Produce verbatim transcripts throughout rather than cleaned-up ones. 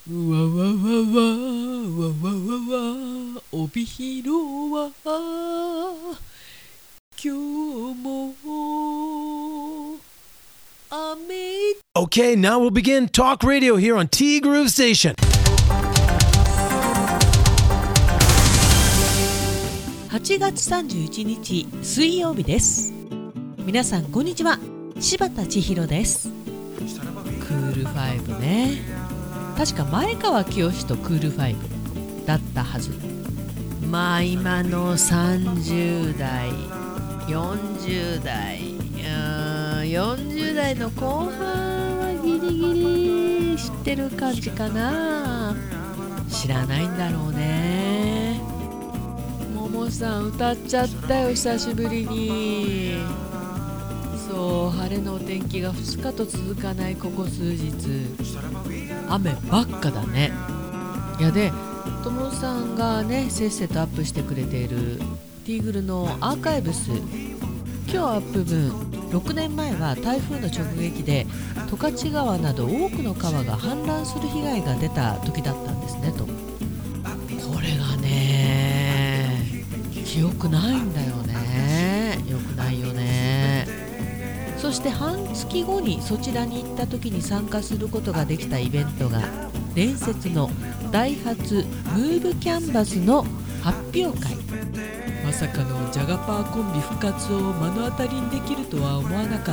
うわわわわわわわわ帯広は今日も雨。 Okay, now we'll begin Talk Radio here on T Groove Station. はちがつさんじゅういちにち水曜日です。皆さんこんにちは、柴田千尋です。クールファイブね、確か前川清とクールファイブだったはず。まあ今のさんじゅうだいよんじゅうだい、うん、よんじゅうだいの後半はギリギリ知ってる感じかな。知らないんだろうね。ももさん歌っちゃったよ、久しぶりに。そう、晴れのお天気がふつかと続かないここ数日、雨ばっかだね。いやで、ともさんがねせっせとアップしてくれているティーグルのアーカイブス、今日アップ分、ろくねんまえは台風の直撃で十勝川など多くの川が氾濫する被害が出た時だったんですねと。これがね記憶ないんだよね。よくないよね。そして半月後にそちらに行った時に参加することができたイベントが伝説のダイハツムーブキャンバスの発表会。まさかのジャガパーコンビ復活を目の当たりにできるとは思わなかった。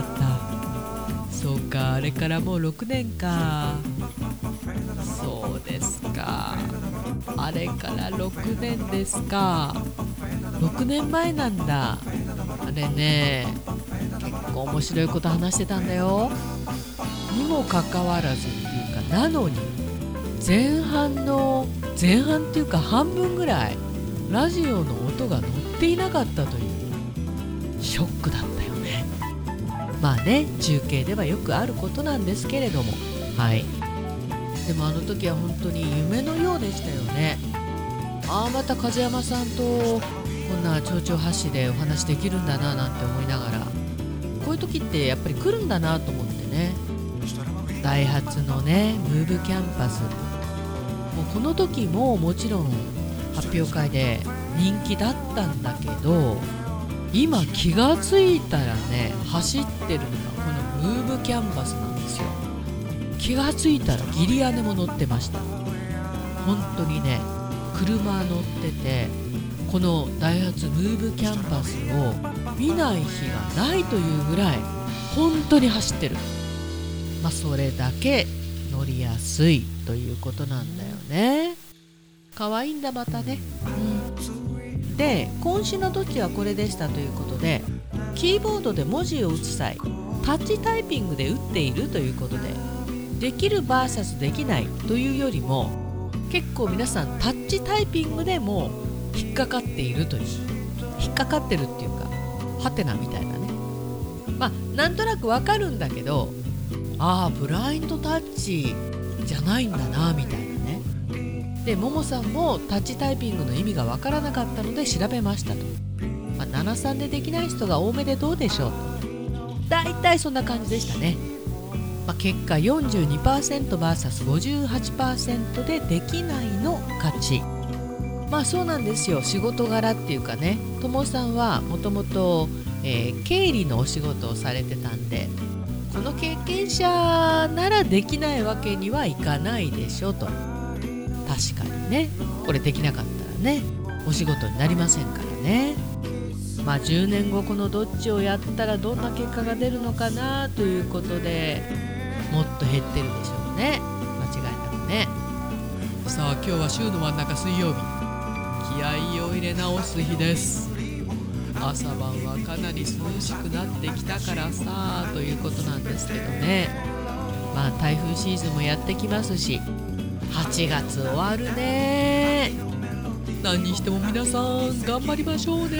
そうか、あれからもうろくねんか。そうですか、あれからろくねんですか。ろくねんまえなんだ。あれね、結構面白いこと話してたんだよ。にもかかわらずっていうか、なのに前半の前半っていうか半分ぐらいラジオの音が乗っていなかったというショックだったよね。まあね、中継ではよくあることなんですけれども、はい。でもあの時は本当に夢のようでしたよね。ああ、また風山さんとこんな丁々発止でお話できるんだななんて思いながら、こういう時ってやっぱり来るんだなと思ってね。ダイハツのねムーブキャンパス、もうこの時ももちろん発表会で人気だったんだけど、今気がついたらね走ってるのがこのムーブキャンバスなんですよ。気がついたらギリ屋根も乗ってました。本当にね、車乗っててこのダイハツムーブキャンパスを見ない日がないというぐらい本当に走ってる。まあそれだけ乗りやすいということなんだよね。可愛いんだまたね、うん、で今週のどっちはこれでしたということで、キーボードで文字を打つ際タッチタイピングで打っているということで、できる ブイエス できないというよりも結構皆さんタッチタイピングでもう引っかかっているという、引っかかってるっていうかハテナみたいなね。まあなんとなくわかるんだけど、ああブラインドタッチじゃないんだなみたいなね。でももさんもタッチタイピングの意味がわからなかったので調べましたと。まあ、ななじゅうさんでできない人が多めでどうでしょうと、だいたいそんな感じでしたね。まあ、結果 よんじゅうにパーセントブイエス ごじゅうはちパーセント でできないの勝ち。まあそうなんですよ、仕事柄っていうかね、ともさんはもともと経理のお仕事をされてたんで、この経験者ならできないわけにはいかないでしょと。確かにね、これできなかったらねお仕事になりませんからね。まあじゅうねんごこのどっちをやったらどんな結果が出るのかなということで、もっと減ってるでしょうね、間違いなくね。さあ今日は週の真ん中水曜日、気合を入れ直す日です。朝晩はかなり涼しくなってきたからさということなんですけどね。まあ台風シーズンもやってきますし、はちがつ終わるね。何にしても皆さん頑張りましょうね。ともさん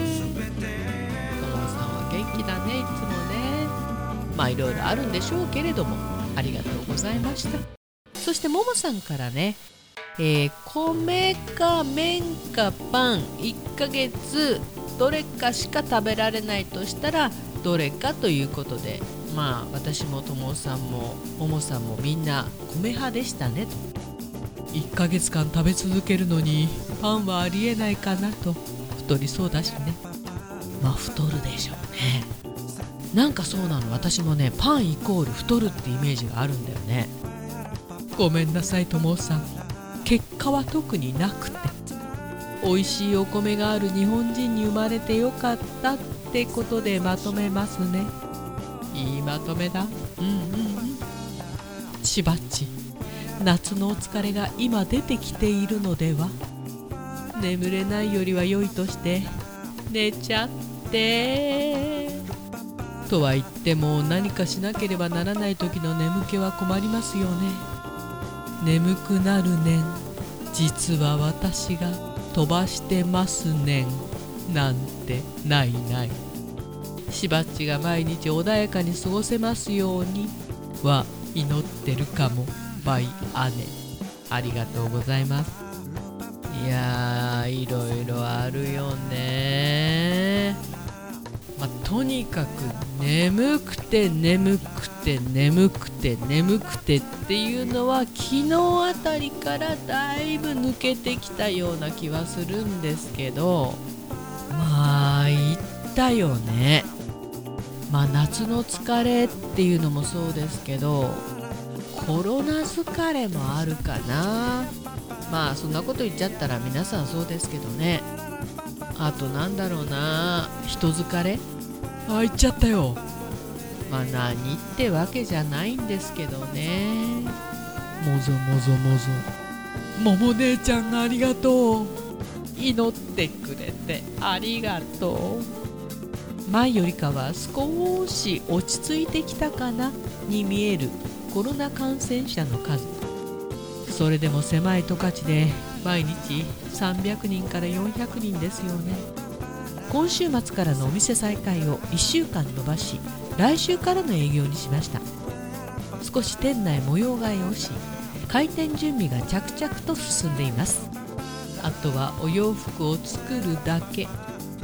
は元気だね、いつもね。まあいろいろあるんでしょうけれども、ありがとうございました。そしてももさんからね、えー、米か麺かパンいっかげつどれかしか食べられないとしたらどれかということで、まあ私もともさんもももさんもみんな米派でしたねと。 いっかげつかん食べ続けるのにパンはありえないかなと太りそうだしね。まあ太るでしょうね。なんかそうなの、私もねパンイコール太るってイメージがあるんだよね。ごめんなさいともさん、結果は特になくて、美味しいお米がある日本人に生まれてよかったってことでまとめますね。いいまとめだ。うんうんうん。しばっち、夏のお疲れが今出てきているのでは。眠れないよりは良いとして寝ちゃってとは言っても、何かしなければならない時の眠気は困りますよね。眠くなるねん、実は私が飛ばしてますねん、なんてないない。しばっちが毎日穏やかに過ごせますようには祈ってるかも。バイ姉、ありがとうございます。いやー、いろいろあるよね。まあ、とにかく眠くて眠くて眠くて眠くてっていうのは昨日あたりからだいぶ抜けてきたような気はするんですけど、まあ言ったよね。まあ夏の疲れっていうのもそうですけど、コロナ疲れもあるかな。まあそんなこと言っちゃったら皆さんそうですけどね。あとなんだろうな、人疲れ。あ、言っちゃったよ。まあ何ってわけじゃないんですけどね。もぞもぞもぞ。もも姉ちゃんありがとう。祈ってくれてありがとう。前よりかは少し落ち着いてきたかなに見えるコロナ感染者の数。それでも狭い十勝で毎日さんびゃくにんからよんひゃくにんですよね。今週末からのお店再開をいっしゅうかん延ばし、来週からの営業にしました。少し店内模様替えをし、開店準備が着々と進んでいます。あとはお洋服を作るだけ。ん？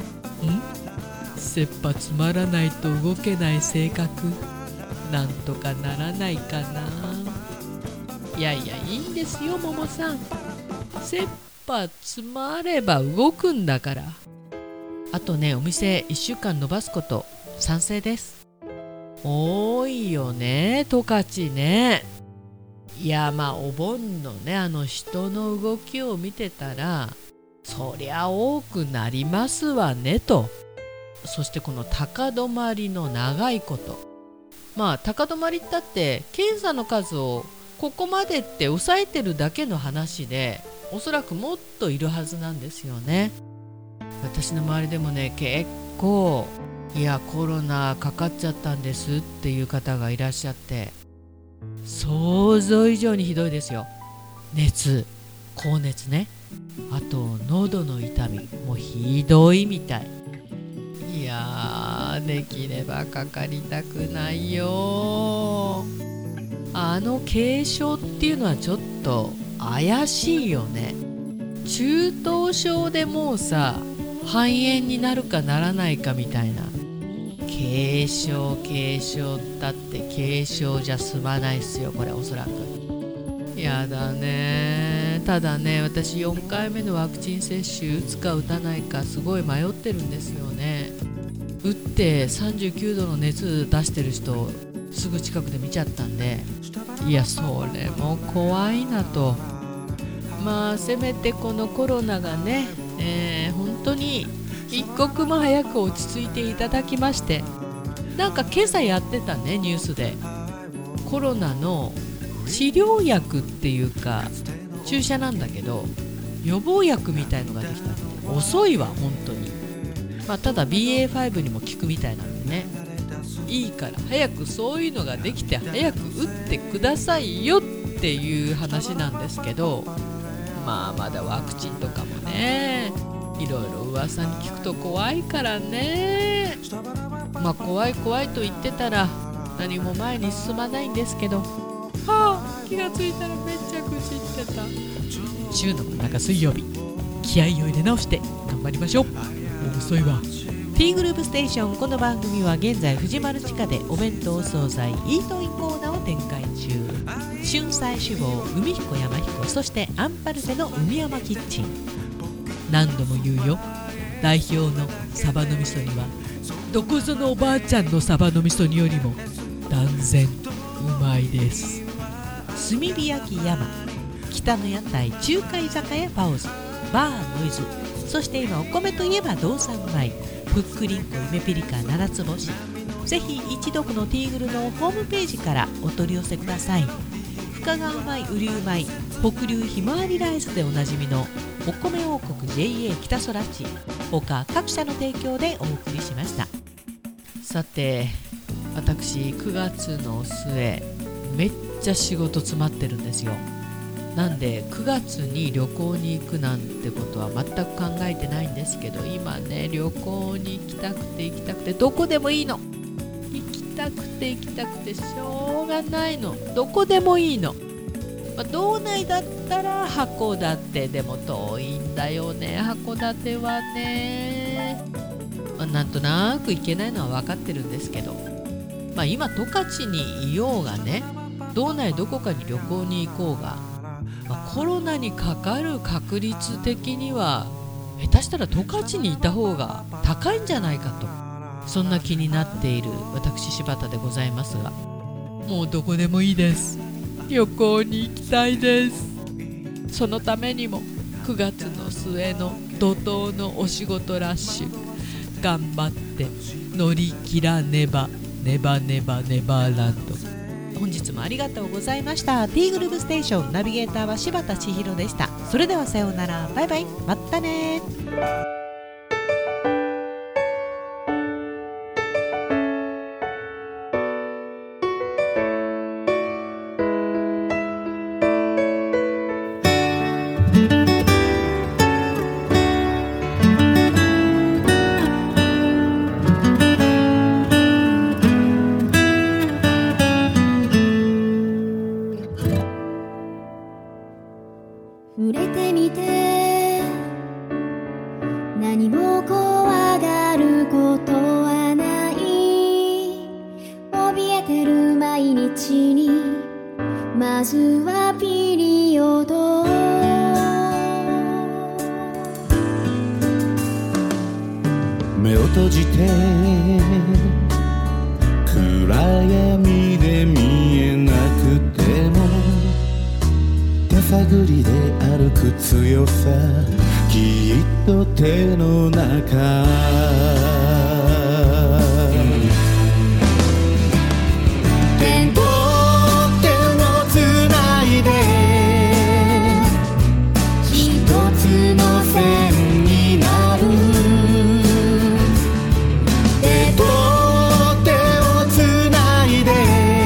切羽詰まらないと動けない性格、なんとかならないかな。いやいや、いいんですよももさん。切羽詰まれば動くんだから。あとね、お店いっしゅうかん延ばすこと賛成です。多いよね十勝ね。いや、まあお盆のね、あの人の動きを見てたらそりゃ多くなりますわねと。そしてこの高止まりの長いこと、まあ高止まりったって検査の数をここまでって抑えてるだけの話で、おそらくもっといるはずなんですよね。私の周りでもね、結構いやコロナかかっちゃったんですっていう方がいらっしゃって、想像以上にひどいですよ。熱、高熱ね、あと喉の痛みもひどいみたい。いやー、できればかかりたくないよ。あの軽症っていうのはちょっと怪しいよね。中等症でもうさ、肺炎になるかならないかみたいな。軽症軽症だって軽症じゃ済まないっすよこれ、おそらく。やだね。ただね、私よんかいめのワクチン接種打つか打たないかすごい迷ってるんですよね。打ってさんじゅうきゅうどの熱出してる人すぐ近くで見ちゃったんで、いやそれも怖いなと。まあせめてこのコロナがね、えー、本当に一刻も早く落ち着いていただきまして、なんか今朝やってたねニュースで、コロナの治療薬っていうか注射なんだけど予防薬みたいのができたって。遅いわ本当に。まあ、ただ ビーエーファイブ にも効くみたいなんでね、いいから早くそういうのができて早く打ってくださいよっていう話なんですけど、まあまだワクチンとかもね、いろいろ噂に聞くと怖いからね。まあ怖い怖いと言ってたら何も前に進まないんですけど、はあ、気がついたらめっちゃくじってた。週の真ん中水曜日、気合を入れ直して頑張りましょう。もう遅いわ。 T グループステーション。この番組は現在藤丸地下でお弁当惣菜イートインコーナーを展開中。 春菜志望海彦山彦、そしてアンパルフェの海山キッチン。何度も言うよ、代表のサバの味噌煮はどこぞのおばあちゃんのサバの味噌煮よりも断然うまいです。炭火焼き山、北の屋台中華居酒屋パオズ、バーノイズ、そして今お米といえば道産米、ふっくりんこゆめピリカ七つ星。ぜひ一度このティーグルのホームページからお取り寄せください。深川米、雨竜米、北流ひまわりライスでおなじみのお米王国 ジェイエー 北空地、他各社の提供でお送りしました。さて、私くがつの末めっちゃ仕事詰まってるんですよ。なんでくがつに旅行に行くなんてことは全く考えてないんですけど、今ね、旅行に行きたくて行きたくてどこでもいいの、行きたくて行きたくてしょうがないの、どこでもいいの。まあ、道内だったら函館、でも遠いんだよね、函館はね。まあ、なんとなく行けないのは分かってるんですけど、まあ、今十勝にいようがね、道内どこかに旅行に行こうが、まあ、コロナにかかる確率的には下手したら十勝にいた方が高いんじゃないかと、そんな気になっている私柴田でございますが、もうどこでもいいです。旅行に行きたいです。そのためにもくがつの末の怒涛のお仕事ラッシュ頑張って乗り切らねばネバネバネバーランド。本日もありがとうございました。 T グループステーション、ナビゲーターは柴田千尋でした。それではさようなら、バイバイ、またね。 触れてみて何も怖がることはない、怯えてる毎日にまずはピリオド。 目を閉じて暗闇で見えなくても手探りで歩く強さ、きっと手の中。手と手をつないで一つの線になる。手と手をつないで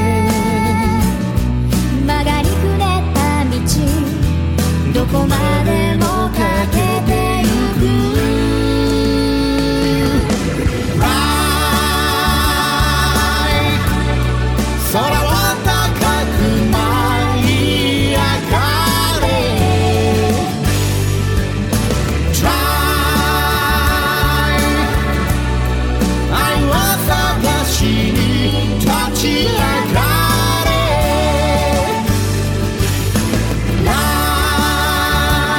曲がりくねった道、どこまでもかけてゆく。 空は高く舞い上がれ Try 愛を探しに立ち上がれ Life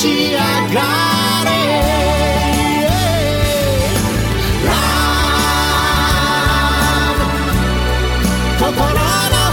ち上がれ心の